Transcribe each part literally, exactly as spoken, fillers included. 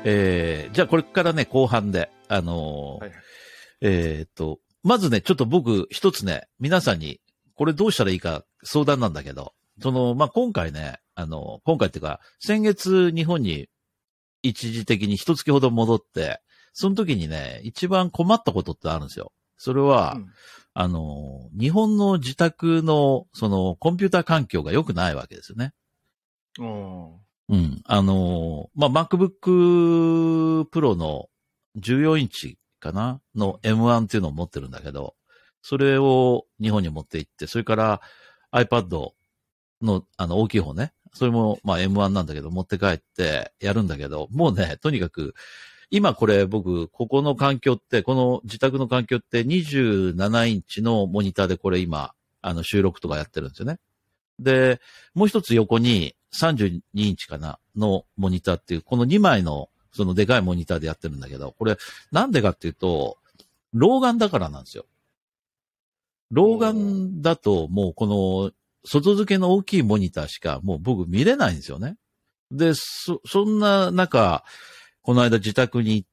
えー、じゃあこれからね、後半で、あのーはい、えー、っと、まずね、ちょっと僕一つね、皆さんに、これどうしたらいいか相談なんだけど、その、まあ、今回ね、あの、今回っていうか、先月日本に一時的に一月ほど戻って、その時にね、一番困ったことってあるんですよ。それは、うん、あの、日本の自宅の、その、コンピューター環境が良くないわけですよね。うん。あの、まあ、MacBook Pro のじゅうよんインチかなの エムワン っていうのを持ってるんだけど、それを日本に持って行って、それから iPad のあの大きい方ね。それもまあ エムワン なんだけど持って帰ってやるんだけど、もうね、とにかく、今これ僕、ここの環境って、この自宅の環境ってにじゅうななインチのモニターでこれ今、あの収録とかやってるんですよね。で、もう一つ横にさんじゅうにインチかなのモニターっていう、このにまいのそのでかいモニターでやってるんだけど、これなんでかっていうと、老眼だからなんですよ。老眼だともうこの外付けの大きいモニターしかもう僕見れないんですよね。で、そ、そんな中、この間自宅に行って、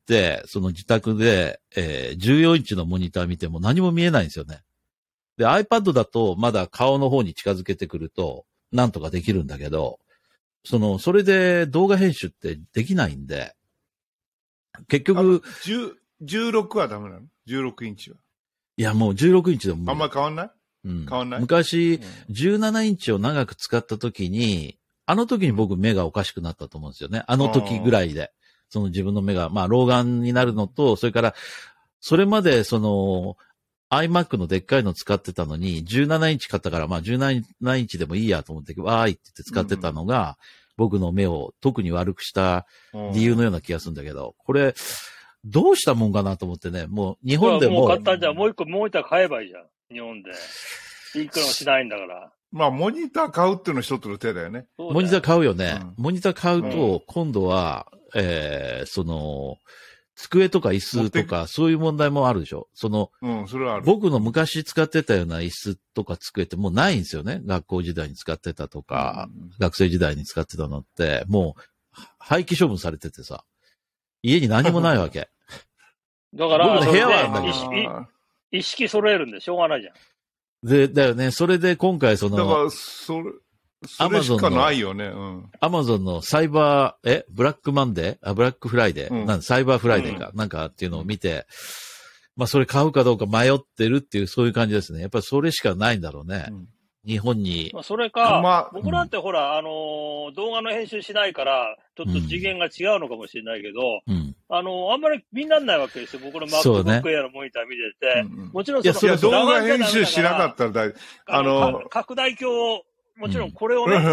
その自宅で、えー、じゅうよんインチのモニター見ても何も見えないんですよね。で、iPad だとまだ顔の方に近づけてくると、なんとかできるんだけど、その、それで動画編集ってできないんで、結局、 じゅうろくはダメなの ?じゅうろく インチは。 いや、もうじゅうろくインチでもあんまり変わんないうん。 変わんない昔、うん、じゅうななインチを長く使った時に、あの時に僕目がおかしくなったと思うんですよね。あの時ぐらいで。その自分の目が、まあ、老眼になるのと、それから、それまで、その、iMac のでっかいの使ってたのに、じゅうななインチ買ったから、まあじゅうななインチでもいいやと思って、わーいって言って使ってたのが、うん、僕の目を特に悪くした理由のような気がするんだけど、これ、どうしたもんかなと思ってね、もう日本でも。 もう買ったんじゃん、もう一個モニター買えばいいじゃん、日本で。いくらもしないんだから。 まあ、モニター買うっていうのは一つの手だよね。 モニター買うよね。うん、モニター買うと、今度は、うん、えー、その、机とか椅子とか、そういう問題もあるでしょ。その、 うん、それはある。 僕の昔使ってたような椅子とか机ってもうないんですよね。学校時代に使ってたとか、うん、学生時代に使ってたのって、もう、廃棄処分されててさ、家に何もないわけ。 だから、 僕の部屋はあるんだけど。 意識揃えるんでしょうがないじゃん。 で、だよね。それで今回その、 だから、それ、それしかないよね。うん。 アマゾンのサイバー、えブラックマンデーあ、ブラックフライデー、うん、なんサイバーフライデーか、うん、なんかっていうのを見て、まあそれ買うかどうか迷ってるっていう、そういう感じですね。やっぱりそれしかないんだろうね。うん、日本に。 まあ、それか、まあ、僕なんてほら、うん、あのー、動画の編集しないから、ちょっと次元が違うのかもしれないけど、うん、あのー、あんまりみんなにないわけですよ。僕の MacBook Air のモニター見てて。ね、もちろんその、 いや、動画編集しなかったら大、 あのー、拡大鏡を、もちろんこれをね、うん、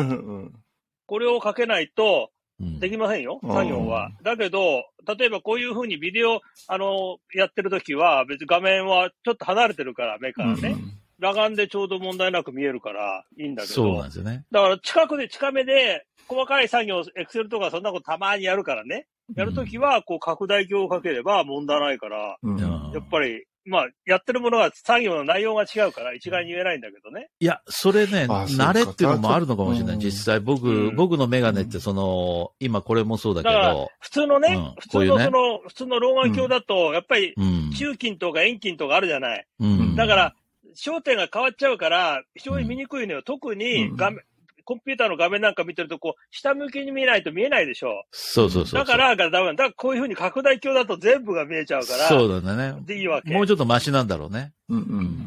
これをかけないと、できませんよ、うん、作業は。だけど、例えばこういう風にビデオ、あのー、やってるときは、別に画面はちょっと離れてるから、目からね。うん裸眼でちょうど問題なく見えるからいいんだけど。 そうなんですよね。 だから近くで近めで細かい作業、エクセルとかそんなことたまにやるからね。やるときはこう拡大鏡をかければ問題ないから、うん、やっぱり、まあやってるものが作業の内容が違うから一概に言えないんだけどね。 いや、それね、慣れっていうのもあるのかもしれない。実際僕、うん、僕のメガネってその、今これもそうだけど。だから普通のね、うん、普通のその、ね、普通の老眼鏡だと、やっぱり中近とか遠近とかあるじゃない。うん、だから、焦点が変わっちゃうから、非常に見にくいのよ。うん、特に画面、コンピューターの画面なんか見てると、こう、下向きに見ないと見えないでしょ。 そうそうそうそう。 だから、だから、だからこういう風に拡大鏡だと全部が見えちゃうから。 そうだね。 でいいわけ。 もうちょっとマシなんだろうね。 うんうん。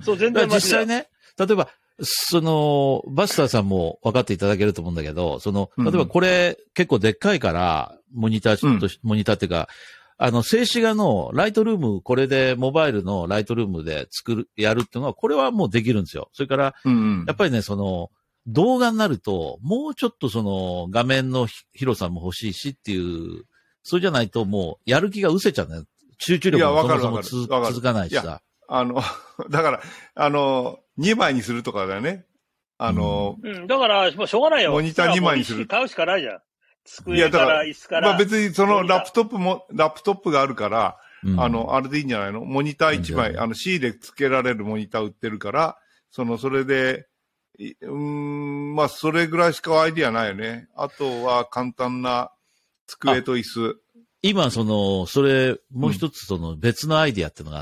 そう、全然マシだ。 実際ね、例えば、その、バスターさんも分かっていただけると思うんだけど、その、例えばこれ、結構でっかいから、モニターと、うん、モニターっていうか、あの、静止画のライトルーム、これでモバイルのライトルームで作る、やるっていうのは、これはもうできるんですよ。それから、うんうん、やっぱりね、その、動画になると、もうちょっとその、画面の広さも欲しいしっていう、そうじゃないともう、やる気が失せちゃうんだよ。集中力もそもそもつ続かないしさ。 あの、だから、あの、にまいにするとかだよね。あの、 うん、うん、だから、もうしょうがないよ。 モニターにまいにする。 買うしかないじゃん。机から椅子から。 まあ別にそのラップトップも、ラップトップがあるから、うん、あの、あれでいいんじゃないのモニターいちまい、あの C で付けられるモニター売ってるから、その、それで、うーん、まあそれぐらいしかアイディアないよね。あとは簡単な机と椅子。 今、その、それ、もう一つ、その、別のアイディアっていうのがあって、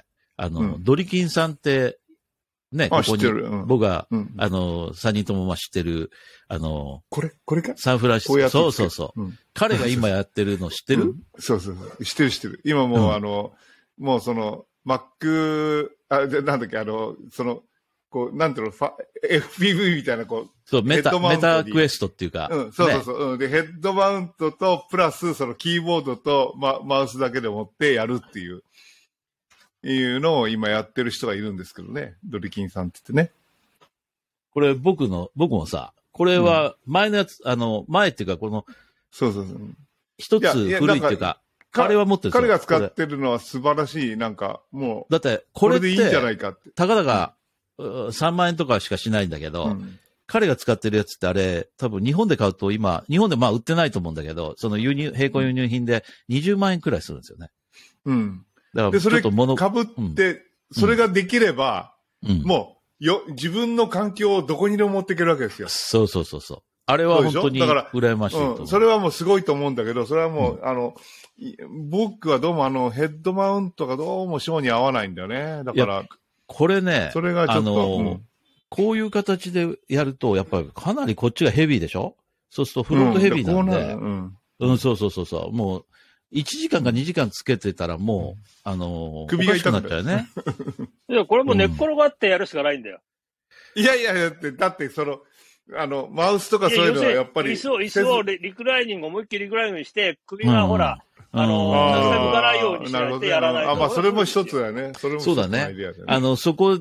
あの、うん、ドリキンさんって、ね、ここに、うん、僕が、うん、あの、三人ともまあ知ってる、あの、 これ、これかサンフランシスコ。そうそうそう、うん。彼が今やってるの知ってる、うん、 そうそうそう。知ってる知ってる。今もう、あの、もうその、Mac、あ、で、なんだっけ、あの、その、こう、なんていうの、エフピーブイ みたいな、こう、 そう、メタ、メタクエストっていうか。 うん、そうそうそう、ね。うん。で、ヘッドマウントと、プラス、そのキーボードと、ま、マウスだけで持ってやるっていう、いうのを今やってる人がいるんですけどね。ドリキンさんって言ってね。 これ僕の、僕もさ、これは前のやつ、うん、あの、前っていうか、この、 そうそうそう。 一つ古いっていうか、彼は持ってるんですよ。 彼が使ってるのは素晴らしい、なんか、もう。 だって、これって、 これでいいんじゃないかって。 たかだか、うん、さんまんえんとかしかしないんだけど、うん、彼が使ってるやつってあれ、多分日本で買うと今、日本でまあ売ってないと思うんだけど、その輸入、並行輸入品でにじゅうまんえんくらいするんですよね。 うん。だからちょっと物、で、それ被って、うん、それができれば、うん、もう、よ、自分の環境をどこにでも持っていけるわけですよ。 そうそうそうそう。あれは本当に羨ましいと思う。 うん。それはもうすごいと思うんだけど、それはもう、うん、あの、僕はどうもあの、ヘッドマウントがどうも性に合わないんだよね。だから、 これね、 それがちょっと、あの、うん、 こういう形でやると、やっぱりかなりこっちがヘビーでしょ？そうするとフロントヘビーなんで、うん、うんうん、そうそうそうそう、もう、いちじかんかにじかんつけてたらもう、あのー、首が痛くなっちゃうよね。 いや、これも寝っ転がってやるしかないんだよ。 うん、いやいや、だって、だってその、あの、マウスとかそういうのはやっぱり。 椅子を、椅子をリクライニング、思いっきりリクライニングして、首がほら、うん、あの、下向かないようにしないとやらないと。 あ、まあ、それも一つだよね。それも一つのアイデアだよね。 そうだね。あの、そこ、うん、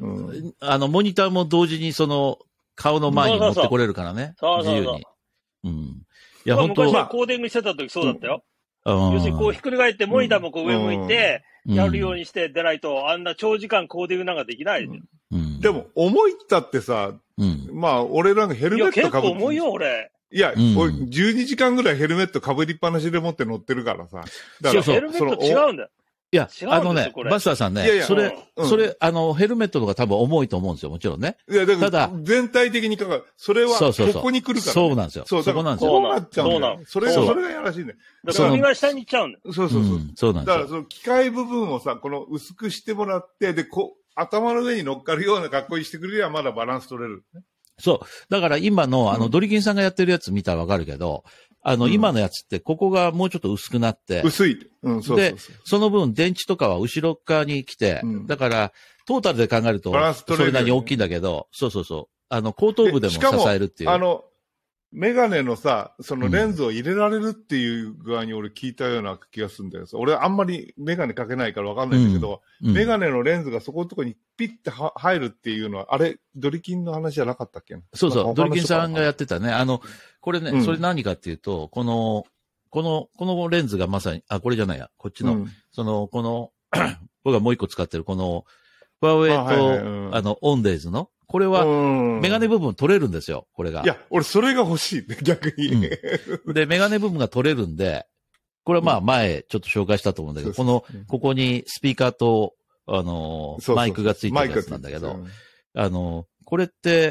あの、モニターも同時にその、顔の前に持ってこれるからね。そうそうそう自由に。うん。いや、本当昔コーディングしてた時そうだったよ。うん、要するにこうひっくり返って、モニターもこう上向いて、やるようにして出ないと、あんな長時間コーディングなんかできないで、 うん。でも、重いったってさ、うん、まあ、俺なんかヘルメットかぶって。 いや、結構重いよ、俺。 いや、うん、俺、じゅうにじかんぐらいヘルメットかぶりっぱなしで持って乗ってるからさ。 だから、そうそうヘルメット違うんだよ。 いや、あのね、バスターさんね、いやいやそれ、うん、それ、あの、ヘルメットとか多分重いと思うんですよ、もちろんね。 いや、だから、ただ、全体的にかかる。それは、ここに来るから、ね。 そうなんですよ。そう、そこなんですよ。 そうなっちゃうんだよ。それが、それがやらしいね。 だから、首が下に行っちゃうんだよ。 そうそうそう。うん、 そうなんですよ。 だから、その機械部分をさ、この薄くしてもらって、で、こう、頭の上に乗っかるような格好にしてくれればまだバランス取れる、ね。 そう。だから今の、あの、ドリキンさんがやってるやつ見たらわかるけど、あの、うん、今のやつって、ここがもうちょっと薄くなって。 薄い。うん、そうそうそう。 で、その分、電池とかは後ろ側に来て、うん、だから、トータルで考えると、それなりに大きいんだけど、そうそうそう。あの、後頭部でも支えるっていう。 あの、メガネのさ、そのレンズを入れられるっていう側に俺聞いたような気がするんだよ。うん、俺あんまりメガネかけないからわかんないんだけど、うんうん、メガネのレンズがそこのとこにピッては入るっていうのは、あれ、ドリキンの話じゃなかったっけ？ そうそう、ドリキンさんがやってたね。あの、これね、うん、それ何かっていうと、この、この、このレンズがまさに、あ、これじゃないや、こっちの、うん、その、この、僕がもう一個使ってるこの、ファーウェイと、あ、はいはいうん、あの、オンデイズの、これは、メガネ部分取れるんですよ、これが。 いや、俺それが欲しい、逆に、 うん。で、メガネ部分が取れるんで、これはまあ前ちょっと紹介したと思うんだけど、うん、この、ここにスピーカーと、あのー、マイクがついてるやつなんだけど、あのー、これって、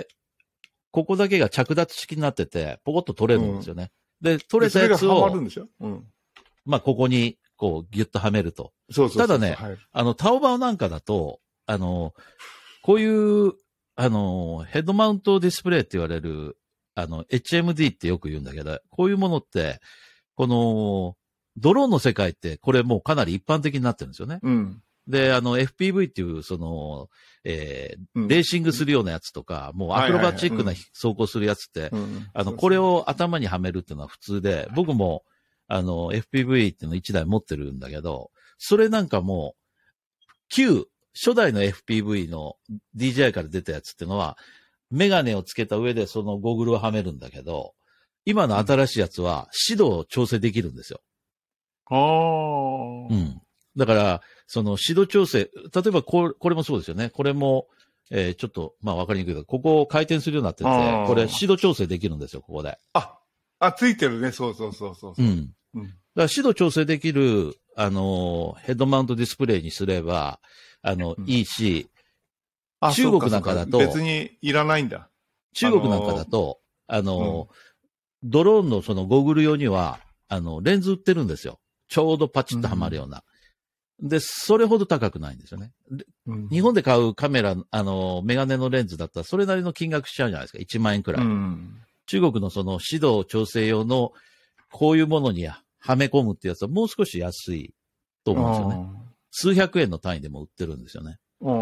ここだけが着脱式になってて、ポコッと取れるんですよね。うん、で、取れたやつを、 はまるんでしょうん、 まあここに、こう、ギュッとはめると。 そうそうそうただね、はい、あの、タオバオなんかだと、あのー、こういう、あの、ヘッドマウントディスプレイって言われる、あの、エイチエムディー ってよく言うんだけど、こういうものって、この、ドローンの世界ってこれもうかなり一般的になってるんですよね。 うん、 で、あの、エフピーブイ っていう、その、えー、レーシングするようなやつとか、うん、もうアクロバチックな走行するやつって、あの、これを頭にはめるっていうのは普通で、僕も、あの、エフピーブイ っていうのいちだい持ってるんだけど、それなんかもう、旧、初代の エフピーブイ の ディージェーアイ から出たやつっていうのは、メガネをつけた上でそのゴーグルをはめるんだけど、今の新しいやつは指導を調整できるんですよ。 ああ。 うん。だから、その指導調整、例えばこれ、これもそうですよね。これも、えー、ちょっと、まあわかりにくいけど、ここを回転するようになってて、これ指導調整できるんですよ、ここで。 あ、あ、ついてるね。そうそうそうそう。 うん。うん。だから指導調整できる、あの、ヘッドマウントディスプレイにすれば、あの、うん、いいし、中国なんかだと、 別にいらないんだ。 中国なんかだと、あの、うん、ドローンのそのゴーグル用には、あの、レンズ売ってるんですよ。 ちょうどパチッとはまるような。うん、で、それほど高くないんですよね。 うん、 日本で買うカメラ、あの、メガネのレンズだったらそれなりの金額しちゃうじゃないですか。いちまんえんくらい。うん、中国のその指導調整用のこういうものにはめ込むってやつはもう少し安いと思うんですよね。数百円の単位でも売ってるんですよね。 うん、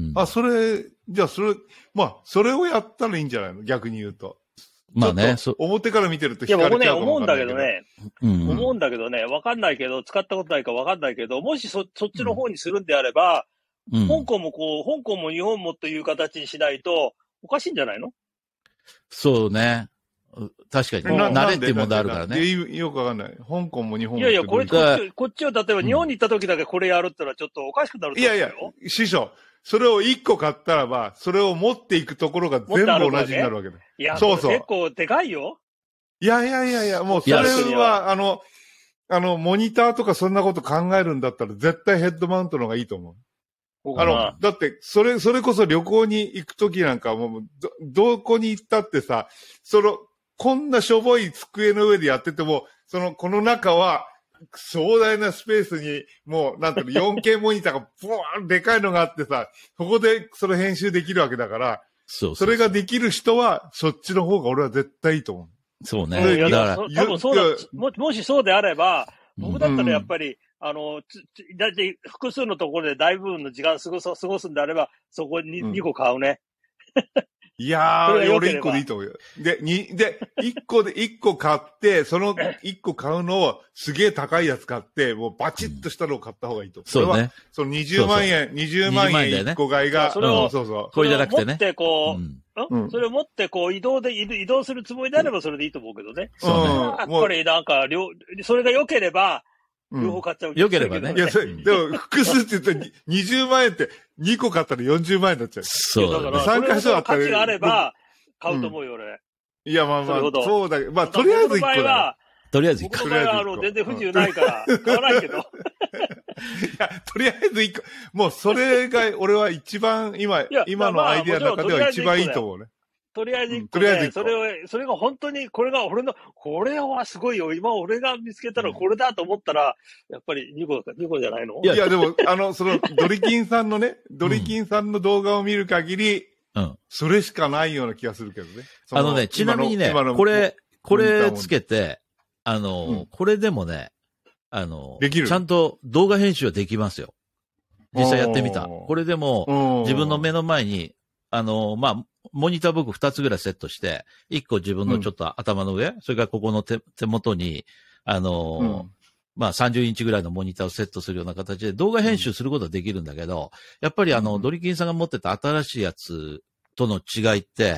あ、それ、じゃあそれ、まあ、それをやったらいいんじゃないの？逆に言うと。まあね。表から見てると惹かれちゃうかもわかんないけど。いや、僕ね、思うんだけどね。うん、思うんだけどね、わかんないけど、使ったことないかわかんないけど、もしそ、そっちの方にするんであれば、うん、香港もこう、香港も日本もという形にしないと、おかしいんじゃないの？ そうね。確かに。慣れっていう問題あるからね。 よくわかんない。香港も日本も。 いやいや、これ、こっち、こっちを例えば日本に行った時だけこれやるってのはちょっとおかしくなると思うよ。いやいや、師匠。それを一個買ったらば、それを持っていくところが全部同じになるわけだ。 いや、そうそう。結構でかいよ。 いやいやいやいや、もうそれは、あの、あの、モニターとかそんなこと考えるんだったら絶対ヘッドマウントの方がいいと思う。あの、だって、それ、それこそ旅行に行くときなんかもう、ど、どこに行ったってさ、その、こんなしょぼい机の上でやってても、その、この中は、壮大なスペースに、もう、なんていうの、よんケー モニターが、ブワーンでかいのがあってさ、そこでその編集できるわけだから、そうそうそう、それができる人は、そっちの方が俺は絶対いいと思う。 そうね。 だから、多分そうだ、も、もしそうであれば、僕だったらやっぱり、うん、あの、だいたい複数のところで大部分の時間過ごす、過ごすんであれば、そこににこ買うね。うんいやー、俺一個でいいと思うよ。で、に、で、一個で、一個買って、その一個買うのをすげえ高いやつ買って、もうバチッとしたのを買った方がいいと思う。 そうね。 そのにじゅうまんえん、にじゅうまんえん一個買いが、 それを、 そうそう。 これじゃなくてね。 持ってこう、うん、それを持ってこう移動で、移動するつもりであればそれでいいと思うけどね。 そうね。 やっぱりなんか、両、それが良ければ、両方買っちゃう、 うん。良ければね。 いや、それ、でも、複数って言ったらにじゅうまんえんってにこ買ったらよんじゅうまんえんになっちゃう。 そうだから、さんかしょあったら。価値があれば、買うと思うよ、俺。 いや、まあまあ、そうだけど、まあ、とりあえず一個だ。 とりあえず一個。 僕の場合は、あの、全然不自由ないから、買わないけど。いや、とりあえず一個。もう、それが、俺は一番、今、今のアイディアの中では一番いいと思うね。 とりあえず一個。とりあえずそれを、それが本当に、これが俺の、これはすごいよ。今俺が見つけたらこれだと思ったら、やっぱりにこか、にこじゃないの？ いや、でも、あの、その、ドリキンさんのね、ドリキンさんの動画を見る限り、うん。それしかないような気がするけどね。 あのね、ちなみにね、これ、これつけて、あの、うん、これでもね、あの、できる。ちゃんと動画編集はできますよ。実際やってみた。これでも、自分の目の前に、あの、まあ、モニター僕二つぐらいセットして、一個自分のちょっと頭の上、うん、それからここの手、手元に、あの、うん、まあさんじゅうインチぐらいのモニターをセットするような形で動画編集することはできるんだけど、やっぱりあの、ドリキンさんが持ってた新しいやつとの違いって、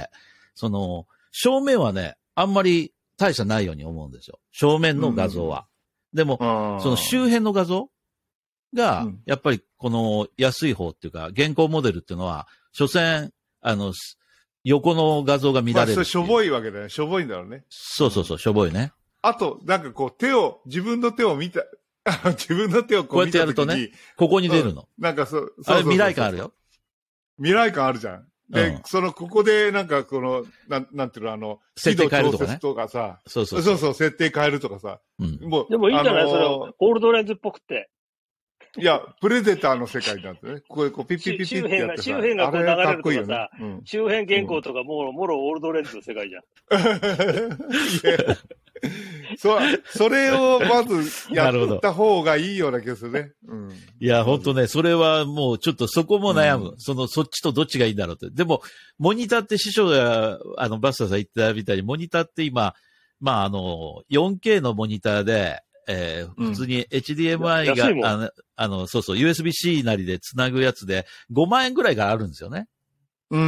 その、正面はね、あんまり大差ないように思うんですよ。正面の画像は。うん、でも、その周辺の画像が、やっぱりこの安い方っていうか、現行モデルっていうのは、所詮、あの、横の画像が乱れる。まあ、それしょぼいわけだよ。しょぼいんだろうね。 そうそうそう、しょぼいね。 あと、なんかこう、手を、自分の手を見た、自分の手をこう見たときに。こうやってやるとね、ここに出るの。 うん、なんかそう、そうそうそうあれ未来感あるよ。 未来感あるじゃん。で、うん、その、ここで、なんか、この、なん、なんていうの、あの、 設定変えるとかね。 とかさ。 そうそうそう。 そうそう、設定変えるとかさ。 うん。 もう、でもいいんじゃない、あのー、それを、オールドレンズっぽくて。 いや、プレデターの世界なんてね。こう、こう、ピッピッピッピッってやってさ。 周辺がこう流れるとかさ、ねうん、周辺原稿とかもろ、もろオールドレンズの世界じゃん。 いやそ、それをまずやった方がいいような気がするね。うん、 いや、ほんとね、それはもうちょっとそこも悩む。うん、その、そっちとどっちがいいんだろうって。でも、モニターって師匠が、あの、バスターさん言ったみたいに、モニターって今、まあ、あの、よんケー のモニターで、えー、普通に エイチディーエムアイ が、うん、あの、あの、そうそう、ユーエスビー-C なりで繋ぐやつで、ごまんえんぐらいがあるんですよね。 うん。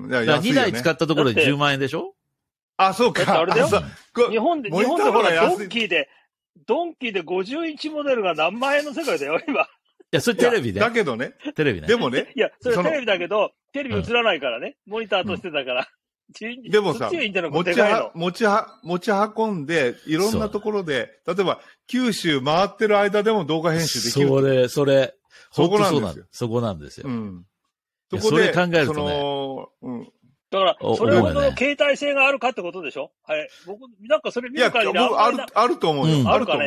だからにだい使ったところでじゅうまんえんでしょ？ あ、そうか。 あれだよ。日本で、日本でほら、ドンキーで、ドンキーでごじゅうインチモデルが何万円の世界だよ、今。いや、それテレビで。 だけどね。 テレビね。 でもね。 いや、それテレビだけど、テレビ映らないからね。モニターとしてだから。 でもさ、持ちは、持ちは、持ち運んで、いろんなところで、例えば、九州回ってる間でも動画編集できる。 それ、それ、 そこなんですよ。 そこなんですよ。 うん。 そこで、それ考えるとね。 うん。 だから、それほどの携帯性があるかってことでしょ？はい。僕、なんかそれ見る限りいや、僕、ある、あると思うよ。あると思うよ。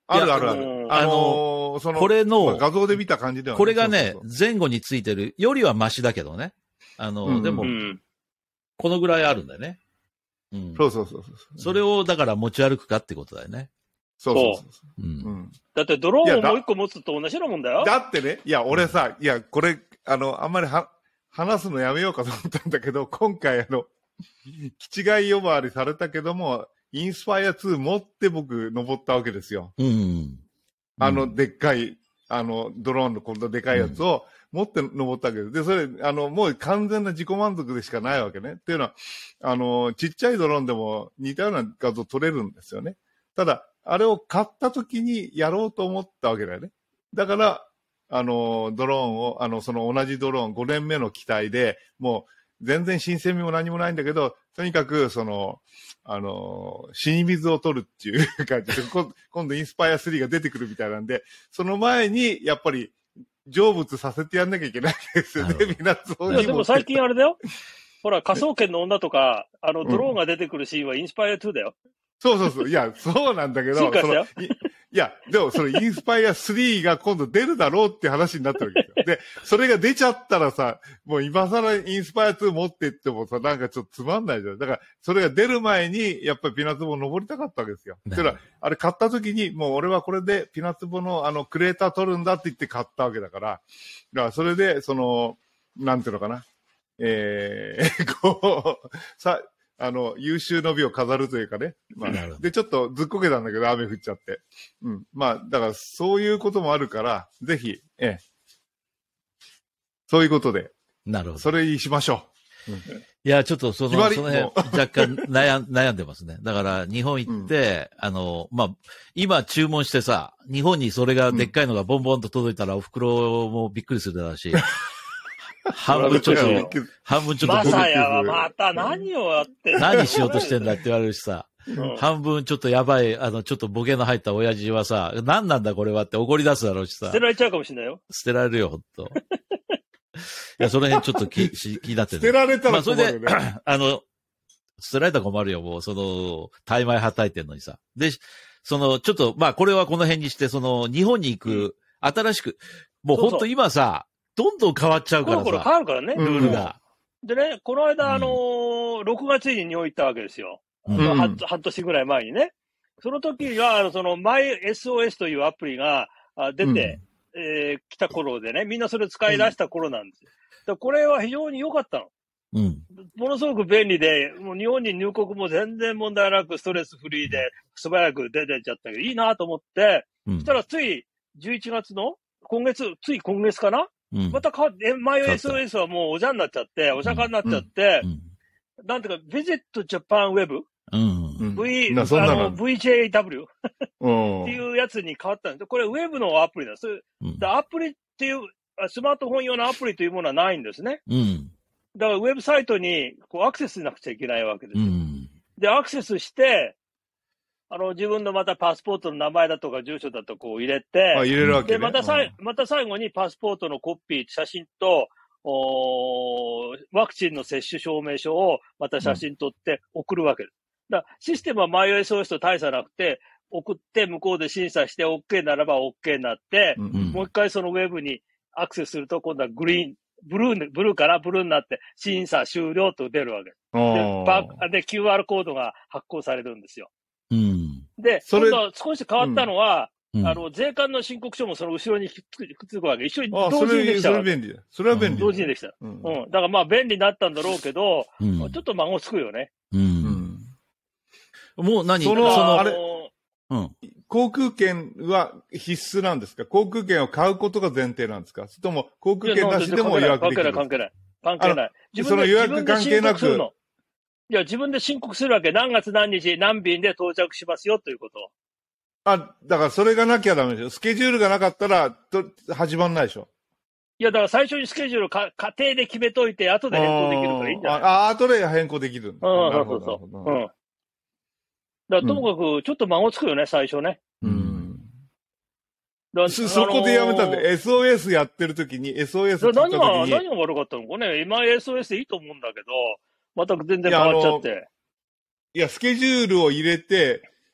あるあるある。あのー、その、 これの、 画像で見た感じではね。 これがね、そうそうそう前後についてるよりはマシだけどね。あの、うんうん、でも、このぐらいあるんだよね。 うん、そうそうそうそう。 それをだから持ち歩くかってことだよね。 そうそうそうそう、 うん。だってドローンをもう一個持つと同じようなもんだよ。 だってね、いや、俺さ、いや、これ、あの、あんまりは、話すのやめようかと思ったんだけど、今回あの、気違い呼ばわりされたけども、インスパイアツー持って僕登ったわけですよ。 うん。 あの、でっかい、あの、ドローンのこんなでかいやつを持って登ったわけです。で、それ、あの、もう完全な自己満足でしかないわけね。っていうのは、あの、ちっちゃいドローンでも似たような画像撮れるんですよね。ただ、あれを買った時にやろうと思ったわけだよね。だから、あの、ドローンを、あの、その同じドローン、ごねんめの機体で、もう、全然新鮮味も何もないんだけど、とにかく、その、あの、死に水を取るっていう感じで、今度インスパイアスリーが出てくるみたいなんで、その前に、やっぱり、成仏させてやんなきゃいけないですよね、皆さんにも。 でも最近あれだよ。ほら、科捜研の女とか、あの、ドローンが出てくるシーンはインスパイアツーだよ。 そうそうそう。いや、そうなんだけど、そのい、いや、でもそのインスパイアスリーが今度出るだろうって話になったわけですよ。で、それが出ちゃったらさ、もう今更インスパイアツー持ってってもさ、なんかちょっとつまんないじゃん。だから、それが出る前に、やっぱりピナツボ登りたかったわけですよ。だから、あれ買った時に、もう俺はこれでピナツボのあの、クレーター取るんだって言って買ったわけだから、だからそれで、その、なんていうのかな。えー、こう、さ、あの、優秀の美を飾るというかね。まあ、で、ちょっとずっこけたんだけど、雨降っちゃって。うん。まあ、だから、そういうこともあるから、ぜひ、ええ。そういうことで。 なるほど。 それにしましょう。うん、いや、ちょっとその、その辺、若干悩ん、悩んでますね。だから、日本行って、うん、あの、まあ、今注文してさ、日本にそれがでっかいのがボンボンと届いたら、お袋もびっくりするだろうし。半分ちょっと、半分ちょっと。 まさやはまた何をやってん何しようとしてんだって言われるしさ。うん、半分ちょっとやばい、あの、ちょっとボケの入った親父はさ、何なんだこれはって怒り出すだろうしさ。 捨てられちゃうかもしれないよ。 捨てられるよ、ほんと。いや、その辺ちょっと気、気になってる、 ね。捨てられたら困る、ね。 まあ、それで、あの、捨てられたら困るよ、もう、その、大枚はたいてんのにさ。で、その、ちょっと、まあ、これはこの辺にして、その、日本に行く、うん、新しく、もうほんと今さ、どんどん変わっちゃうからさ。 これ変わるからね。 ルールが。 でね、この間、あのー、ろくがつに日本行ったわけですよ。うん、半年ぐらい前にね。その時が、その、マイ エスオーエス というアプリが出て、うん、えー、来た頃でね、みんなそれ使い出した頃なんですよ。うん、これは非常に良かったの。 うん。 ものすごく便利で、もう日本に入国も全然問題なくストレスフリーで素早く出てっちゃったけど、いいなと思って、うん、そしたらついじゅういちがつの今月、つい今月かな、うん、またか、マイ エスオーエス はもうおじゃになっちゃって、お釈迦になっちゃって、うんうん、なんていうか、Visit Japan Web、 うん、 V、あの、ブイジェーダブリュー っていうやつに変わったんです。これウェブのアプリなんです。うん、アプリっていう、スマートフォン用のアプリというものはないんですね。 うん、 だからウェブサイトにこうアクセスしなくちゃいけないわけですよ。 うん、 で、アクセスして、あの、自分のまたパスポートの名前だとか住所だとこう入れて、 あ、入れるわけね。 で、またさい、うん、また最後にパスポートのコピー、写真と、おワクチンの接種証明書をまた写真撮って送るわけです。うん、だからシステムはマイ エスオーエス と大差なくて、送って向こうで審査して OK ならば OK になって、うんうん、もう一回そのウェブにアクセスすると今度はグリーン、ブルー、ブルーからブルーになって審査終了と出るわけです。で、バで、キューアール コードが発行されるんですよ。 うん、 で、それ今度少し変わったのは、うん、あの、税関の申告書もその後ろにくっつくわけ。一緒に同時にできたわけ。 それ便利だ。それは便利だ。 同時にできた。うん。うん、だからまあ便利になったんだろうけど、うん、ちょっと孫つくよね。 うん。うん、もう何その、 そのあれ、うん。航空券は必須なんですか？航空券を買うことが前提なんですか？それとも航空券なしでも予約できる？ 関係ない、関係ない。関係ない。 自分でその予約関係なく。 いや、自分で申告するわけ。何月何日何便で到着しますよということ。 あ、だからそれがなきゃダメですよ。スケジュールがなかったら、と、始まんないでしょ。 いや、だから最初にスケジュールか、家庭で決めといて、後で変更できるからいいんじゃない？ ああ、後で変更できるんだ。 うん、そうそうそう。うん。だからともかく、ちょっと孫つくよね、最初ね。 うん。 だそ、そこでやめたんで、エスオーエス やってる時に、エスオーエス 聞いた時に。 何が、何が悪かったのかね。今 エスオーエス でいいと思うんだけど、また全然変わっちゃって。 いや、スケジュールを入れて、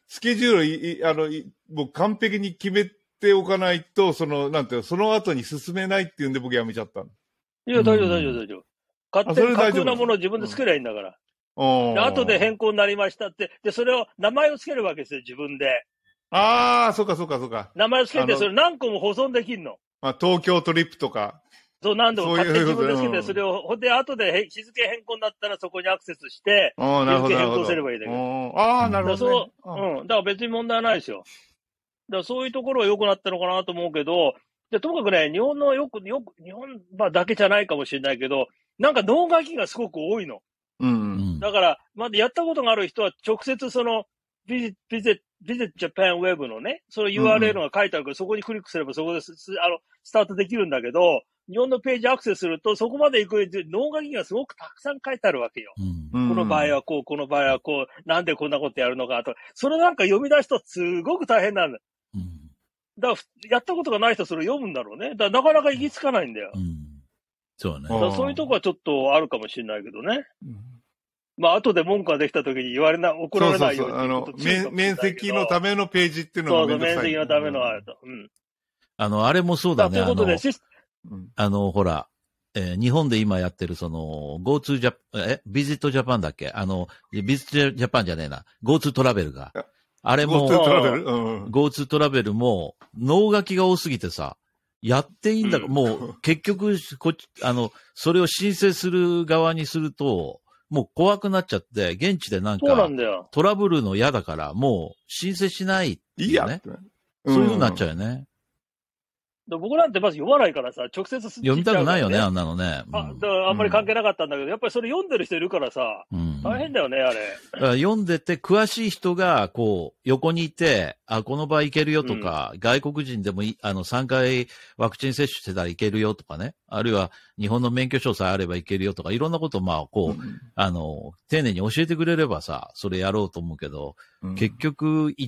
スケジュールい、あの、もう完璧に決めておかないと、その、なんていうの、その後に進めないっていうんで僕やめちゃったの。 いや、大丈夫、大丈夫、大丈夫。勝手に架空なものを自分で作ればいいんだから。うん、で後で変更になりましたって、で、それを、名前をつけるわけですよ、自分で。 ああ、そうかそうかそうか。 名前をつけて、それ何個も保存できんの。 まあ、東京トリップとか。 そう、何度も勝手に自分でつけて、それを、ほんで、後で日付変更になったらそこにアクセスして、日付変更すればいいだけど。 ああ、なるほど、 ね。そう、うん。だから別に問題ないですよ。だからそういうところは良くなったのかなと思うけど、でともかくね、日本のよく、よく、日本、まあ、だけじゃないかもしれないけど、なんか脳書きがすごく多いの。 うん。 だから、まだやったことがある人は直接その、ビジット、ビジット、ビジットジャパンウェブのね、その ユーアールエル が書いてあるから、そこにクリックすればそこで、あの、スタートできるんだけど、日本のページアクセスすると、そこまで行く脳書きがすごくたくさん書いてあるわけよ。うん、この場合はこう、この場合はこう、なんでこんなことやるのかと。それなんか読み出すとすごく大変なんだ。うん、だから、やったことがない人それ読むんだろうね。だからなかなか行き着かないんだよ。うん、 そうね。 だからそういうとこはちょっとあるかもしれないけどね。うんまあ、後で文句ができたときに言われな、怒られないように。 そうそうそう。あの、面積のためのページっていうのがめんどくさい。 そうそう、面積のためのあれと。うん。 あの、あれもそうだね。 ということで、 あの、ほら、えー、日本で今やってるその、GoTo ジャパン、え、ビジットジャパンだっけあの、ビジットジャパンじゃねえな。GoTo トラベルが。あれも、 GoTo トラベル、うん、 GoTo トラベルも、脳書きが多すぎてさ、やっていいんだか、うん、もう、結局、こっち、あの、それを申請する側にすると、もう怖くなっちゃって、現地でなんか、トラブルの嫌だから、もう申請しないっていうね。いいや、うん、そういう風になっちゃうよね。 僕なんてまず読まないからさ、直接すっ読みたくないよね、あんなのね。 うん、あ, だからあんまり関係なかったんだけど、うん、やっぱりそれ読んでる人いるからさ、うん、大変だよね、あれ。 だから読んでて、詳しい人が、こう、横にいて、あ、この場合いけるよとか、うん、外国人でもいあの、さんかいワクチン接種してたらいけるよとかね、あるいは日本の免許証さえあればいけるよとか、いろんなことをまあ、こう、うん、あの、丁寧に教えてくれればさ、それやろうと思うけど、うん、結局行って、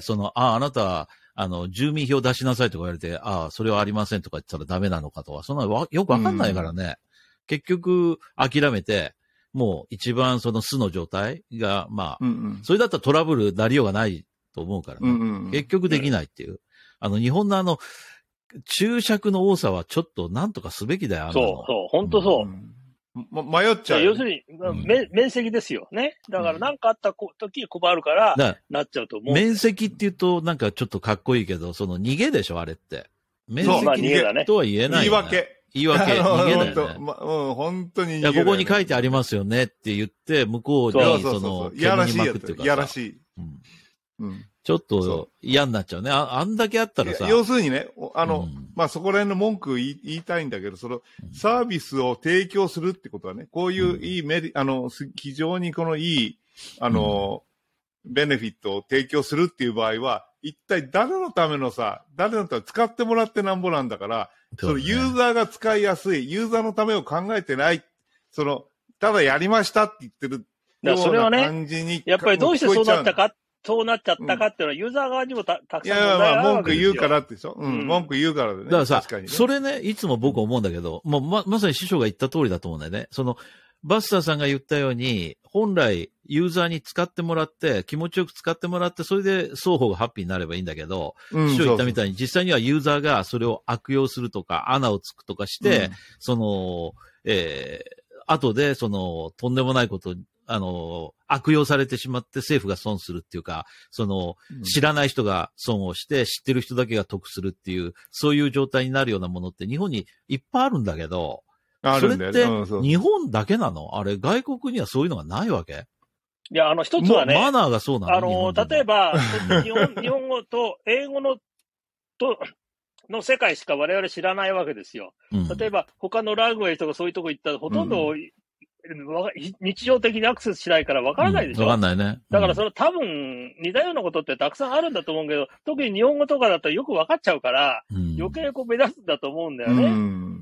その、あ、あなた、あの、住民票出しなさいとか言われて、ああ、それはありませんとか言ったらダメなのかとか、そんなのよくわかんないからね。うん、結局、諦めて、もう一番その素の状態が、まあ、うんうん、それだったらトラブルなりようがないと思うからね。うんうん、結局できないっていう。あの、日本のあの、注釈の多さはちょっとなんとかすべきだよ、あの。 そうそう、ほんとそう。うんま、迷っちゃう。 要するに、うん、面、面積ですよね。だから何かあった時困るから、なっちゃうと思う。 面積って言うとなんかちょっとかっこいいけど、その逃げでしょ、あれって。面積とは言えない、ね。 言い訳。 言い訳、逃げだよね。 ま、うん、本当に逃げ、ね。 いや、ここに書いてありますよねって言って、向こうに、 そうそうそうその、 いやらしいやつ。いやらしい。 うん。うんちょっと嫌になっちゃうね。あ、あんだけあったらさ。 要するにね、あの、うん、まあ、そこら辺の文句言い言いたいんだけど、その、サービスを提供するってことはね、こういういいメリ、あの、非常にこのいい、あの、うん、ベネフィットを提供するっていう場合は、一体誰のためのさ、誰のため使ってもらってなんぼなんだから、そのユーザーが使いやすい、ユーザーのためを考えてない、その、ただやりましたって言ってるような感じに、 やっぱりどうしてそうなったかそうなっちゃったかっていうのは、ユーザー側にも た, たくさん問題あるわけですよ。いやいや、まあ、 文句言うからってでしょ、うん、うん。文句言うからでね。 だからさ、確かにね、それね、いつも僕思うんだけど、もうま、まさに師匠が言った通りだと思うんだよね。その、バスターさんが言ったように、本来、ユーザーに使ってもらって、気持ちよく使ってもらって、それで双方がハッピーになればいいんだけど、うん、師匠言ったみたいに、実際にはユーザーがそれを悪用するとか、穴をつくとかして、うん、その、えー、後で、その、とんでもないことあの、悪用されてしまって政府が損するっていうか、その、知らない人が損をして、知ってる人だけが得するっていう、そういう状態になるようなものって日本にいっぱいあるんだけど、 あるんだよね、 それって日本だけなの？あれ、外国にはそういうのがないわけ？ いや、あの、一つはね、 マナーがそうなの？ あの、例えば、日本、日本語と英語の、と、の世界しか我々知らないわけですよ。うん、例えば、他のラングエージとかそういうとこ行ったら、ほとんど、うん日常的にアクセスしないから分からないでしょ、 うん、分かんないね。うん、 だからその多分似たようなことってたくさんあるんだと思うけど、特に日本語とかだとよく分かっちゃうから、うん、余計こう目立つんだと思うんだよね。うん、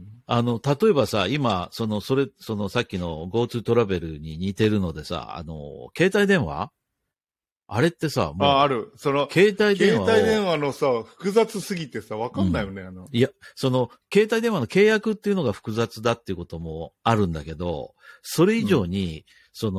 あの、例えばさ、今、その、それ、そのさっきの GoTo トラベルに似てるのでさ、あの、携帯電話あれってさ、 もう。あ、ある。その、 携帯電話。 携帯電話のさ、複雑すぎてさ、わかんないよね、うん、あの。 いや、その、携帯電話の契約っていうのが複雑だっていうこともあるんだけど、それ以上に、うん、その、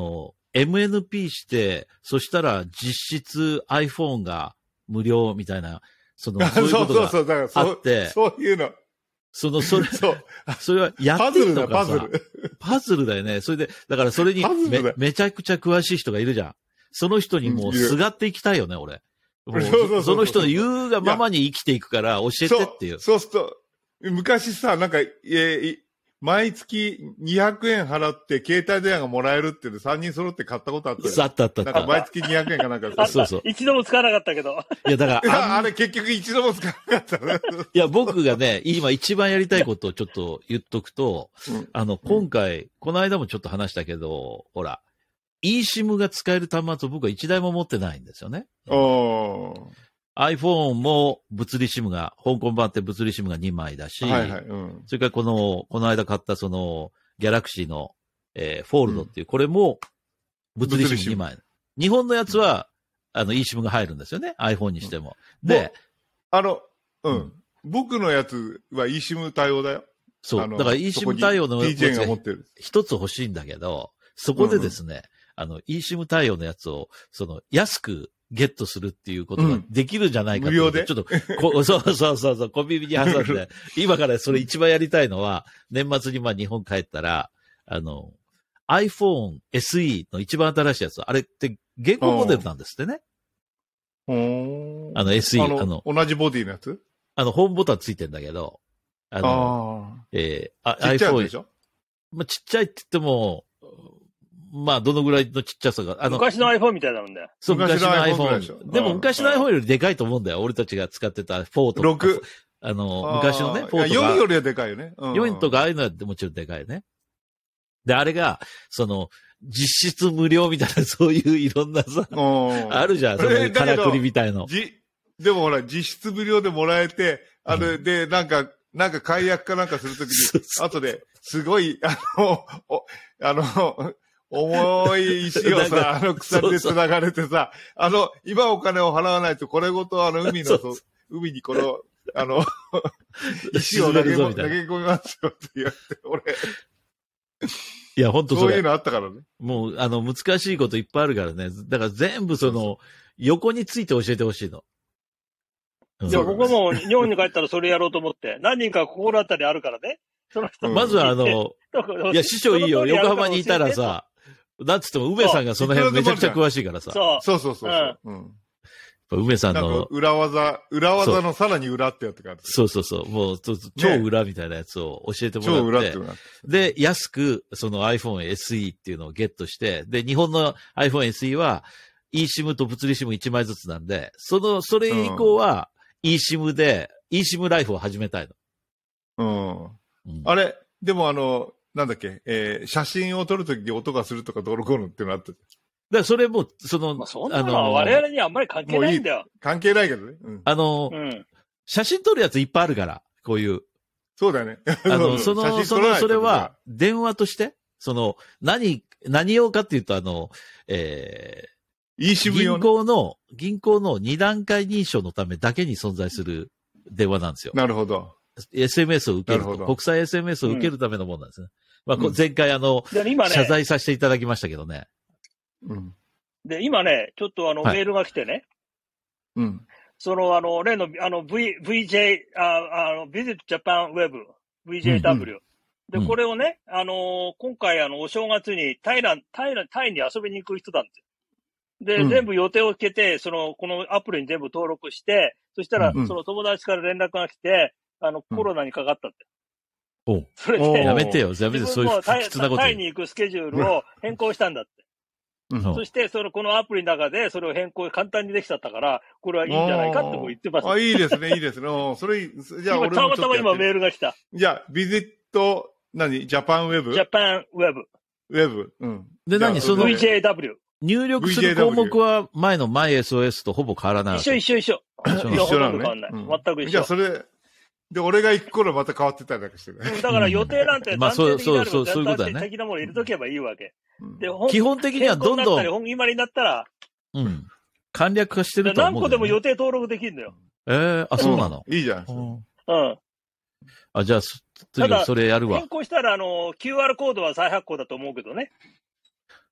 エムエヌピー して、そしたら実質 iPhone が無料みたいな、その、そういうことがあって、そうそうそう、だからそうそういうの。その、それ、そう。それはやってるのかさ。パズルだ、パズル。パズルだよね。それで、だからそれにめ、めちゃくちゃ詳しい人がいるじゃん。その人にもうすがっていきたいよね、俺。もうそうそうそうそう、その人の言うがままに生きていくから教えてっていう。 そう、そうすると、昔さ、なんか、えー、毎月にひゃくえん払って携帯電話がもらえるっていうのさんにん揃って買ったことあったよ。 あったあったあった。 なんか毎月にひゃくえんかなんか。 そうそう。 一度も使わなかったけど。 いや、だからあ、あれ結局一度も使わなかった。 いや、僕がね、今一番やりたいことをちょっと言っとくと、うん、あの、今回、うん、この間もちょっと話したけど、ほら、eSIM が使える端末を僕は一台も持ってないんですよね。 おー。 iPhone も物理 SIM が、香港版って物理 SIM がにまいだし、 はいはい、うん、 それからこの、この間買ったその、ギャラクシーの、えー、フォールドっていう、うん、これも物理 SIMにまい。日本のやつは、あの、eSIM が入るんですよね。iPhone にしても。うん、で、 あの、うん、うん。僕のやつは eSIM 対応だよ。 そう。だから eSIM 対応のやつが一つ欲しいんだけど、そこでですね、うんうん、あの、eSIM 対応のやつを、その、安く、ゲットするっていうことができるんじゃないかと、うん、無料でちょっとこ、そうそうそうそう、小耳に挟んで、今からそれ一番やりたいのは、年末にまあ日本帰ったら、あの、iPhone エスイー の一番新しいやつ、あれって現行モデルなんですってね。 あの エスイー、 あの、あの同じボディのやつあの、ホームボタンついてんだけど、あの、あえー、あ、 ちっちゃいでしょ iPhone、まあ、ちっちゃいって言っても、まあ、どのぐらいのちっちゃさが。 あの昔の iPhone みたいなもんだよ。 そう、昔の iPhone。iPhone でも昔の iPhone よりでかいと思うんだよ。俺たちが使ってたフォーとか。 ろく。 あの、昔のね、フォーとか。 よんよりはでかいよね。うん、 よんとかああいうのはもちろんでかいね。で、あれが、その、実質無料みたいな、そういういろんなさ、あるじゃん、そのからくりみたいの。 じ、でもほら、実質無料でもらえて、あれで、なんか、なんか解約かなんかするときに、後で、すごい、あの、おあの、重い石をさ、あの鎖で繋がれてさ、あの、今お金を払わないとこれごとあの海の、そうそう海にこの、あの、石を投げ投げ込みますよって言って、俺。 いや、ほんとそれ。 そういうのあったからね。 もう、あの、難しいこといっぱいあるからね。だから全部その、横について教えてほしいの。 いや、僕も日本に帰ったらそれやろうと思って、何人か心当たりあるからね。 その人まずはあの、いや、師匠いいよ。横浜にいたらさ、なんつっても梅さんがその辺めちゃくちゃ詳しいからさ。 そうそうそうそう。うん。 梅さんの。 裏技、裏技のさらに裏ってやつがある。 そうそうそう。もう、超裏みたいなやつを教えてもらって。 超裏ってで、安く、その iPhone エスイー っていうのをゲットして、で、日本の iPhone エスイー は、eSIM と物理 SIM いちまいずつなんで、その、それ以降は、eSIM で、eSIM ライフを始めたいの。うん。うん、あれ、でもあの、なんだっけ、えー、写真を撮るときに音がするとかどうのこうのっていうのあった。だからそれも、その、 まあ、そんなのは我々にはあんまり関係ないんだよ。 いい関係ないけどね。うん、 あの、うん、写真撮るやついっぱいあるから、こういう。 そうだよね。 あの、その、その、それは、電話として、その、何、何用かっていうと、あの、えー、eSIM 用銀行の、銀行のに段階認証のためだけに存在する電話なんですよ。 なるほど。 エスエムエス を受けると、国際 エスエムエス を受けるためのものなんですね。うん、まあ、前回あの、ね、謝罪させていただきましたけどね。 うん。 で、今ね、ちょっとあの、はい、メールが来てね。 うん。 その、あの、例の、あの、V、ブイジェー、あ、あの、Visit Japan Web、ブイジェーダブリュー。うんうん、で、これをね、あの、今回あの、お正月にタイラン、タイラン、タイに遊びに行く人なんですよ。で、うん、全部予定をつけて、その、このアプリに全部登録して、そしたら、うん、その友達から連絡が来て、あの、コロナにかかったって。 うん、おそれで、やめてよ、やめて、そういう不吉なこと。タイに行くスケジュールを変更したんだって。うん、そして、その、このアプリの中で、それを変更、簡単にできちゃったから、これはいいんじゃないかっても言ってます。 あ、いいですね、いいですね。それ、じゃあ俺もたまたま今メールが来た。 じゃあ、ビジット、何ジャパンウェブジャパンウェブ。 ウェブ。うん。 で、何そのブイジェーダブリュー。 入力する項目は前の MySOS とほぼ変わらない。 一緒一緒一緒。 一緒なのね。 変わんない。全く一緒。 じゃあそれ、で、俺が行く頃また変わってたりなんかしてね。 だから予定なんて、 まあそうそうそう、そういうことだね。 的なもの入れとけばいいわけ。 で、基本的にはどんどん。 本決まりになったら。 うん。簡略化してると思う。 何個でも予定登録できるのよ。 ええ、あ、そうなの。 いいじゃん。 うん。 あ、じゃあ、とにかくそれやるわ。 変更したら、あの、キューアール コードは再発行だと思うけどね。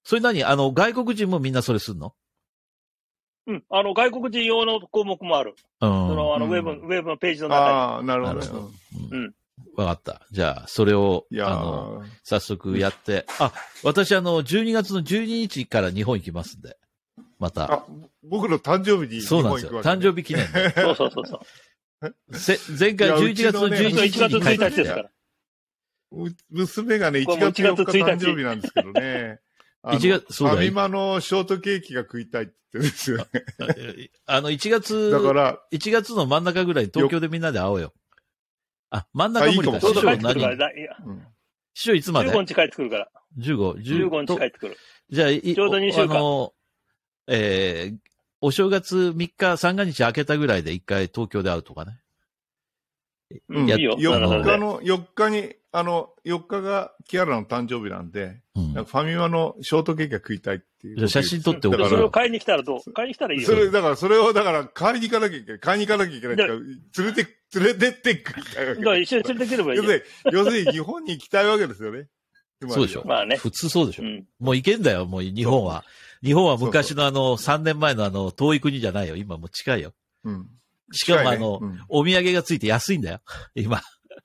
それ何あの、外国人もみんなそれすんの？ うん。あの、外国人用の項目もある。うん。その、あの、ウェブ、ウェブのページの中に。 ああ、なるほど。 うん。 わかった。じゃあ、それを、あの、早速やって。あ、私あの、じゅうにがつのじゅうににちから日本行きますんで。また。 あ、僕の誕生日に日本行くわけ、ね、 そうなんですよ。誕生日記念で。 そうそうそうそう。 せ、前回じゅういちがつのじゅういちにちに帰ってきた。いちがつついたちですから。 娘がね、いちがつよっか誕生日なんですけどね。 いちがつ、そうだファミマのショートケーキが食いたいって言ってるんですよね。あの、いちがつ、だから、いちがつの真ん中ぐらい東京でみんなで会おうよ。あ、真ん中無理か。師匠何師匠いつまで ?じゅうご日帰ってくるから。 じゅうご、 じゅうごにち帰ってくる。 じゃあ、 ちょうどにしゅうかん。あの、 えー、お正月みっか、三が日明けたぐらいで一回東京で会うとかね。 うん、いいよ。よっかの、よっかに、あの、よっかがキアラの誕生日なんで、うん、なんかファミマのショートケーキが食いたいっていう。 じゃあ写真撮っておくから。それを買いに来たらどう買いに来たらいいよ。 それ、だからそれを、だから買いに行かなきゃいけない。買いに行かなきゃいけないから、連れて、連れてってくりたいわけ。 だから一緒に連れてければいいよ。 要するに、要するに日本に行きたいわけですよね。 そうでしょ。 まあね。 普通そうでしょ。うん、もう行けんだよ、もう日本は。日本は昔のあの、さんねんまえのあの、遠い国じゃないよ。今もう近いよ。うん。しかもあの、ねうん、お土産がついて安いんだよ。今。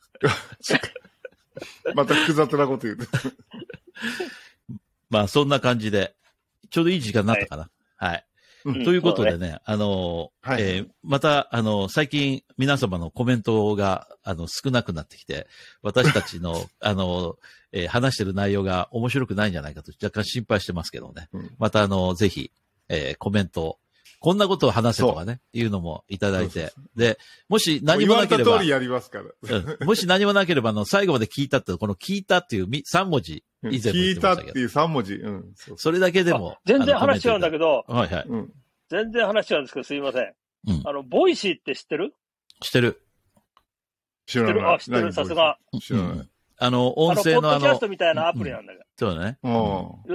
また複雑なこと言う。 まあ、そんな感じで、ちょうどいい時間になったかな。はい。はいうん、ということでね、ねあの、はい、えー、また、あの、最近皆様のコメントが、あの、少なくなってきて、私たちの、あの、えー、話してる内容が面白くないんじゃないかと若干心配してますけどね。うん、また、あの、ぜひ、えー、コメントを、こんなことを話せとかね、いうのもいただいて。そうそうそうで、もし何もなければ。 言われた通りやりますから。 うん、もし何もなければ、あの、最後まで聞いたって、この聞いたっていうさん文字、以前も言ってましたけど。 聞いたっていうさん文字。うん。 そうそうそれだけでも。 全然話違うんだけど。 はいはい。うん、 全然話違うんですけど、すいません。うん。あの、ボイシーって知ってる？ 知ってる。 知らない。知ってる。 あ、知ってる。さすが。 知らない。うん、 あの、音声のあの。 ポッドキャストみたいなアプリなんだけど。 うん、そうだね。 うん。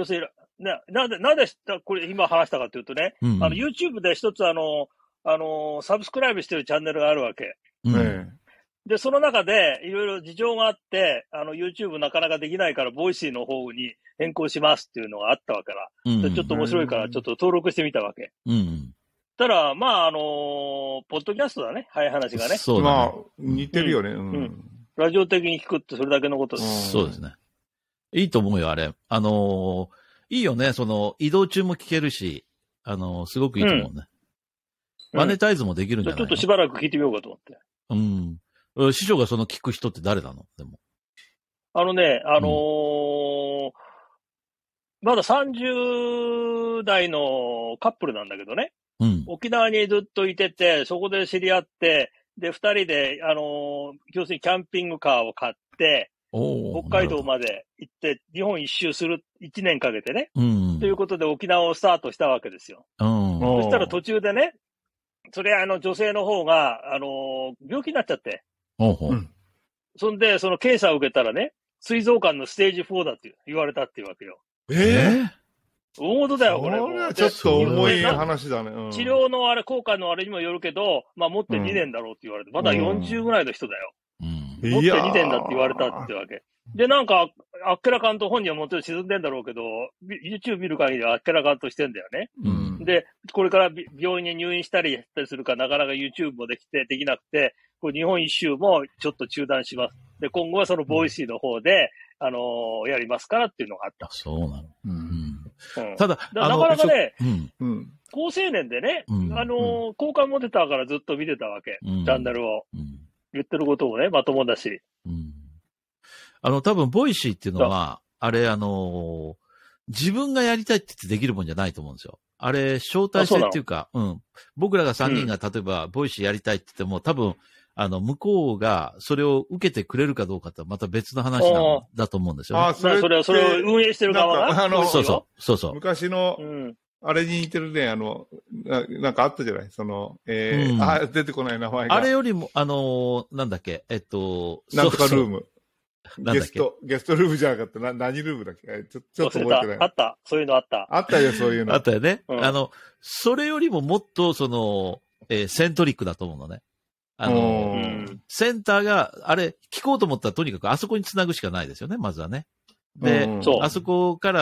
要するに、ね、なんで、なんで、これ今話したかというとね、うんうん、あの、YouTube で一つあの、あの、サブスクライブしてるチャンネルがあるわけ。 うん、 で、その中で、いろいろ事情があって、あの、YouTube なかなかできないから、ボイシーの方に変更しますっていうのがあったわけだ。うん、でちょっと面白いから、ちょっと登録してみたわけ。 うん。 たら、まあ、あのー、ポッドキャストだね。早い話がね。 そうだね。まあ、似てるよね、うん。うん。 ラジオ的に聞くってそれだけのことです。 そうですね。いいと思うよ、あれ。あのー、いいよね。その、移動中も聞けるし、あのー、すごくいいと思うね。うん、マネタイズもできるんじゃないの、 ちょっとしばらく聞いてみようかと思って。 うん。師匠がその聞く人って誰なのでも。 あのね、あのーうん、まださんじゅう代のカップルなんだけどね。 うん。 沖縄にずっといてて、そこで知り合って、で、二人で、あのー、要するにキャンピングカーを買って、北海道まで行って、日本一周する、一年かけてね。 うん。 ということで沖縄をスタートしたわけですよ。 うん。 そしたら途中でね、それあの女性の方が、あのー、病気になっちゃって。 ほうほう。うん。 そんで、その検査を受けたらね、膵臓癌のステージフォーだって言われたっていうわけよ。 えぇ、ー、 大事だよ、これ。 これはちょっと重い話だね。うん、 治療のあれ、効果のあれにもよるけど、まあ、持ってにねんだろうって言われて、うん、まだよんじゅうぐらいの人だよ。 うん、 持ってにねんだって言われたってわけ。で、なんか、あっけらかんと本人はもちろん沈んでんだろうけど、YouTube 見る限りはあっけらかんとしてんだよね。 うん、 で、これから病院に入院したりするから、なかなか YouTube もできて、できなくて、これ日本一周もちょっと中断します。で、今後はそのボイシーの方で、うん、あのー、やりますからっていうのがあった。 そうなの。 うん。 ただ、 だなかなかね、 うん、 高青年でね、 うん、 あのー、好感持てたからずっと見てたわけ。 うん、 チャンネルを、 うん。 言ってることもね、まともだし。 うん。あの、多分、ボイシーっていうのは、あれ、あのー、自分がやりたいって言ってできるもんじゃないと思うんですよ。あれ、招待制っていうか、ううん。僕らがさんにんが例えば、ボイシーやりたいって言っても、多分、あの、向こうがそれを受けてくれるかどうかってまた別の話なんだと思うんですよね。 ああ、それ、 それを、それを運営してる側があの、 そうそう、そうそう。 昔の、 うん、 あれに似てるね、あの、な, なんかあったじゃないその、えー、うん、あ、出てこない名前が。 あれよりも、あのー、なんだっけ、えっと、 なんとかルーム。 そうそうゲスト、ゲストルームじゃなかった。な、何ルームだっけちょちょっと覚えてない。 あった。そういうのあった。 あったよ、そういうの。 あったよね。 うん、 あの、それよりももっと、その、えー、セントリックだと思うのね。あの、 うん、 センターが、あれ、聞こうと思ったらとにかくあそこに繋ぐしかないですよね、まずはね。で、 うん、 あそこから、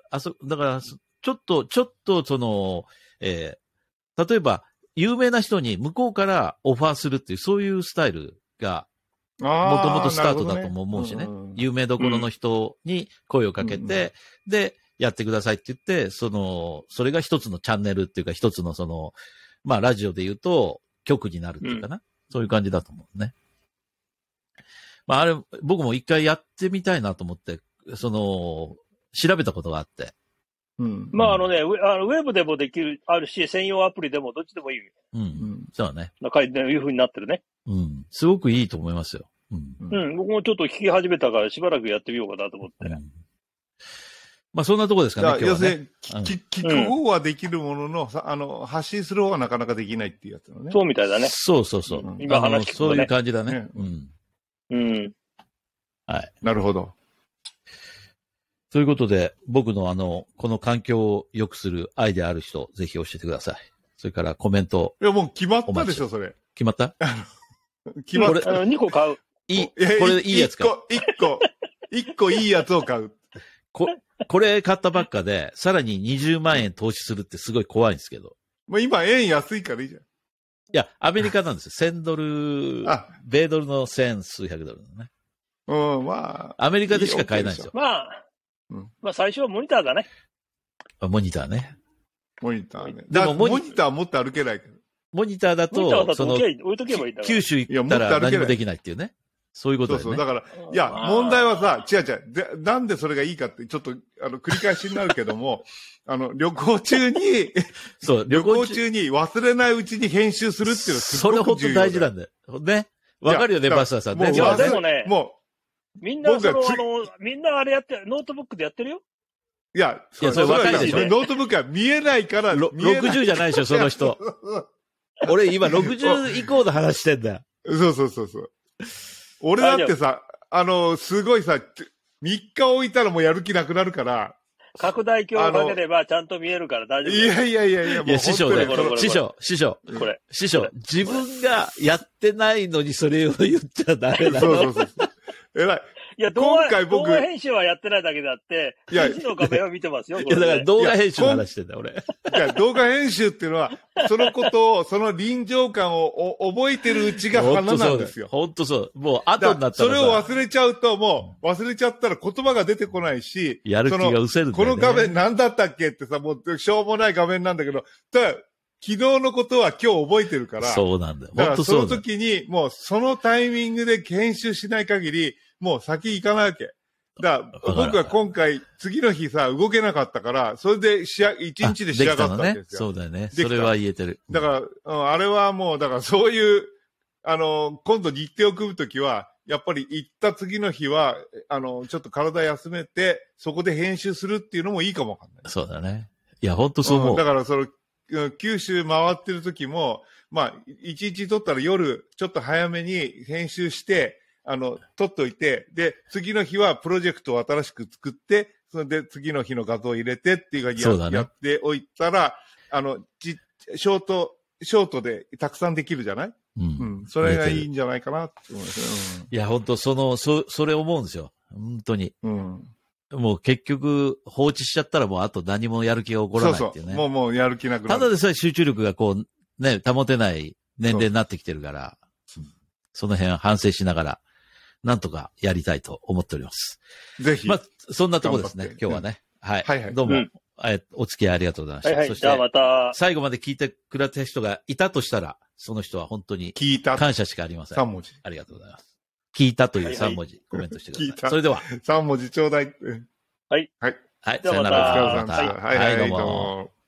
あそ、だから、ちょっと、ちょっと、その、えー、例えば、有名な人に向こうからオファーするっていう、そういうスタイルが、もともとスタートだとも思うしね。ねうんうん、有名どころの人に声をかけて、うんうん、で、やってくださいって言って、その、それが一つのチャンネルっていうか、一つのその、まあ、ラジオで言うと、局になるっていうかな。うん、そういう感じだと思うね。まあ、あれ、僕も一回やってみたいなと思って、その、調べたことがあって。 うん。まあ、あのね、ウェ、あのウェブでもできる、あるし、専用アプリでもどっちでもいい。 うん。うん、そうだね。 中にいう風になってるね。 うん。すごくいいと思いますよ。 うん。うん。僕もちょっと聞き始めたから、しばらくやってみようかなと思って。うん、 まあ、そんなとこですかね、今日は、ね。要するに、聞く方はできるものの、うん、あの、発信する方はなかなかできないっていうやつのね。 そうみたいだね。 そうそうそう。うん、 今話聞くとね。 そういう感じだね。ねうん。うん。 はい。 なるほど。 ということで、僕のあの、この環境を良くするアイデアある人、ぜひ教えてください。それからコメント。 いや、もう決まったでしょ、それ。 決まった決まった。 あの、にこ買う。 いい、これいいやつか。 いっこ、いっこ、いっこいいやつを買う。 こ、これ買ったばっかで、さらににじゅうまんえん投資するってすごい怖いんですけど。 もう今、円安いからいいじゃん。いや、アメリカなんですよ。せんドル、米ドルの千数百ドルのね。 うん、まあ。アメリカでしか買えないんですよ。 まあ、うん、まあ最初はモニターだね。 モニターね。 モニターね。でもモニター持って歩けないけど。 モニターだと、その、九州行ったら何もできないっていうね。そういうことだよね。 そうそう。だから、いや、問題はさ、違う違う。で、なんでそれがいいかって、ちょっと、あの、繰り返しになるけども、あの、旅行中に、 そう、 旅行中に忘れないうちに編集するっていうのはすごく重要だよ。 それ本当大事なんだよ。ね。わかるよね、バスターさんね。 いや、でもね、もう、みんな、その、あの、みんなあれやって、ノートブックでやってるよ。 いや、 いや、それ若いでしょ。 ノートブックは見えないから、 ろくじゅうじゃないでしょ、その人。俺今ろくじゅう以降の話してんだよ。 そうそうそうそう。俺だってさ、あの、すごいさ、みっか置いたらもうやる気なくなるから。 拡大鏡をかければちゃんと見えるから大丈夫。 いやいやいやいや、 もう師匠だよ。師匠、師匠。 これ。 師匠、自分がやってないのにそれを言っちゃダメだよ。そうそうそう。偉い。 いや、動画、動画編集はやってないだけであって、いや、記事の画面は見てますよ。 いや、だから動画編集の話してんだ、俺。 いや、動画編集っていうのは、そのことを、その臨場感を覚えてるうちが花なんですよ。 ほんとそう。もう後になったら。それを忘れちゃうと、もう、忘れちゃったら言葉が出てこないし、 やる気が失せるんだよね。 この画面何だったっけってさ、もう、しょうもない画面なんだけど、ただ、昨日のことは今日覚えてるから。 そうなんだよ。 だからその時に、もうそのタイミングで編集しない限り、もう先行かないわけ。だから僕は今回、次の日さ、動けなかったから、それで仕上、一日で仕上がったんですよ。 ね、そうだよね。それは言えてる。 だから、うん、あれはもう、だからそういう、あの、今度日程を組むときは、やっぱり行った次の日は、あの、ちょっと体休めて、そこで編集するっていうのもいいかもわかんない。 そうだね。いや、ほんとそう思う。 うん、だからその、九州回ってる時も、まあ、一日撮ったら夜、ちょっと早めに編集して、あの、撮っといて、で、次の日はプロジェクトを新しく作って、それで次の日の画像を入れてっていう感じで や,、ね、やっておいたら、あの、ち、ショート、ショートでたくさんできるじゃない？うん。うん。それがいいんじゃないかなって思いますね。 うん、いや、本当その、そ、それ思うんですよ。本当に。うん。もう結局放置しちゃったらもうあと何もやる気が起こらないっていうね。 そうそう。もうもうやる気なくなる。 ただでさえ集中力がこう、ね、保てない年齢になってきてるから、そ, その辺反省しながら、なんとかやりたいと思っております。 ぜひ。 まあ、そんなとこですね、今日はね。はい。はいはい。どうも、うん、えお付き合いありがとうございました。 はいはい。 そして、 じゃあまた。 最後まで聞いてくれた人がいたとしたら、その人は本当に聞いた感謝しかありません。 さん文字。 ありがとうございます。聞いたというさん文字、はいはい、コメントしてください。聞いた。それでは。 さん文字ちょうだい。 はい。 はい。 はい。さよなら。 お疲れ様でした。はい、はい、どうも。